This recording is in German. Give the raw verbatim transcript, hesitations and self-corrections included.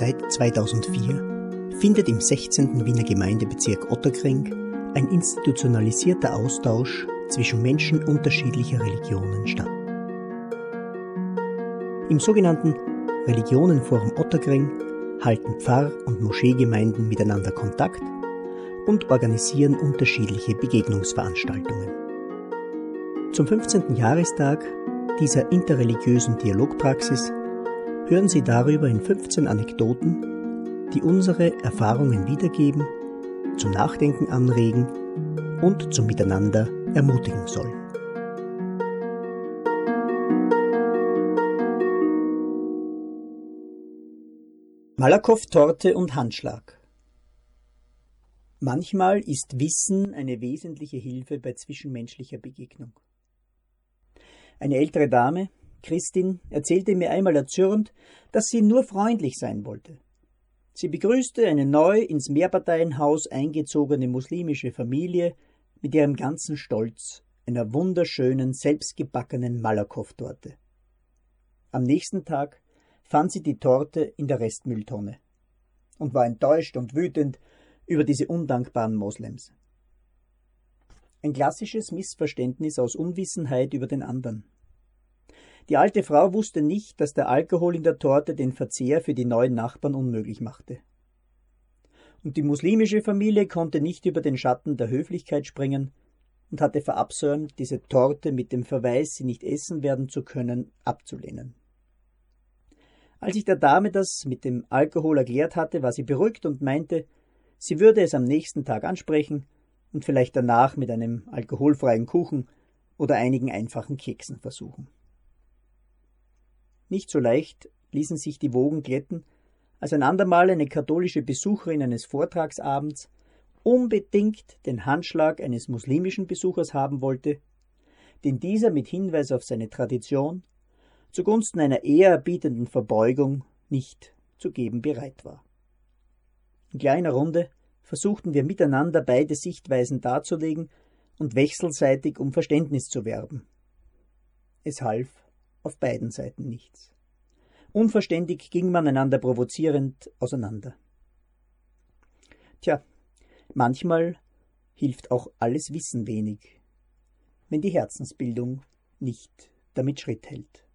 Seit zweitausendvier findet im sechzehnten Wiener Gemeindebezirk Otterkring ein institutionalisierter Austausch zwischen Menschen unterschiedlicher Religionen statt. Im sogenannten Religionenforum Otterkring halten Pfarr- und Moscheegemeinden miteinander Kontakt und organisieren unterschiedliche Begegnungsveranstaltungen. Zum fünfzehnten Jahrestag dieser interreligiösen Dialogpraxis hören Sie darüber in fünfzehn Anekdoten, die unsere Erfahrungen wiedergeben, zum Nachdenken anregen und zum Miteinander ermutigen sollen. Malakoff-Torte und Handschlag. Manchmal ist Wissen eine wesentliche Hilfe bei zwischenmenschlicher Begegnung. Eine ältere Dame, Christin, erzählte mir einmal erzürnt, dass sie nur freundlich sein wollte. Sie begrüßte eine neu ins Mehrparteienhaus eingezogene muslimische Familie mit ihrem ganzen Stolz, einer wunderschönen, selbstgebackenen Malakoff-Torte. Am nächsten Tag fand sie die Torte in der Restmülltonne und war enttäuscht und wütend über diese undankbaren Moslems. Ein klassisches Missverständnis aus Unwissenheit über den anderen. Die alte Frau wusste nicht, dass der Alkohol in der Torte den Verzehr für die neuen Nachbarn unmöglich machte. Und die muslimische Familie konnte nicht über den Schatten der Höflichkeit springen und hatte verabsäumt, diese Torte mit dem Verweis, sie nicht essen werden zu können, abzulehnen. Als ich der Dame das mit dem Alkohol erklärt hatte, war sie beruhigt und meinte, sie würde es am nächsten Tag ansprechen und vielleicht danach mit einem alkoholfreien Kuchen oder einigen einfachen Keksen versuchen. Nicht so leicht ließen sich die Wogen glätten, als ein andermal eine katholische Besucherin eines Vortragsabends unbedingt den Handschlag eines muslimischen Besuchers haben wollte, den dieser mit Hinweis auf seine Tradition zugunsten einer ehrerbietenden Verbeugung nicht zu geben bereit war. In kleiner Runde versuchten wir miteinander beide Sichtweisen darzulegen und wechselseitig um Verständnis zu werben. Es half auf beiden Seiten nichts. Unverständig ging man einander provozierend auseinander. Tja, manchmal hilft auch alles Wissen wenig, wenn die Herzensbildung nicht damit Schritt hält.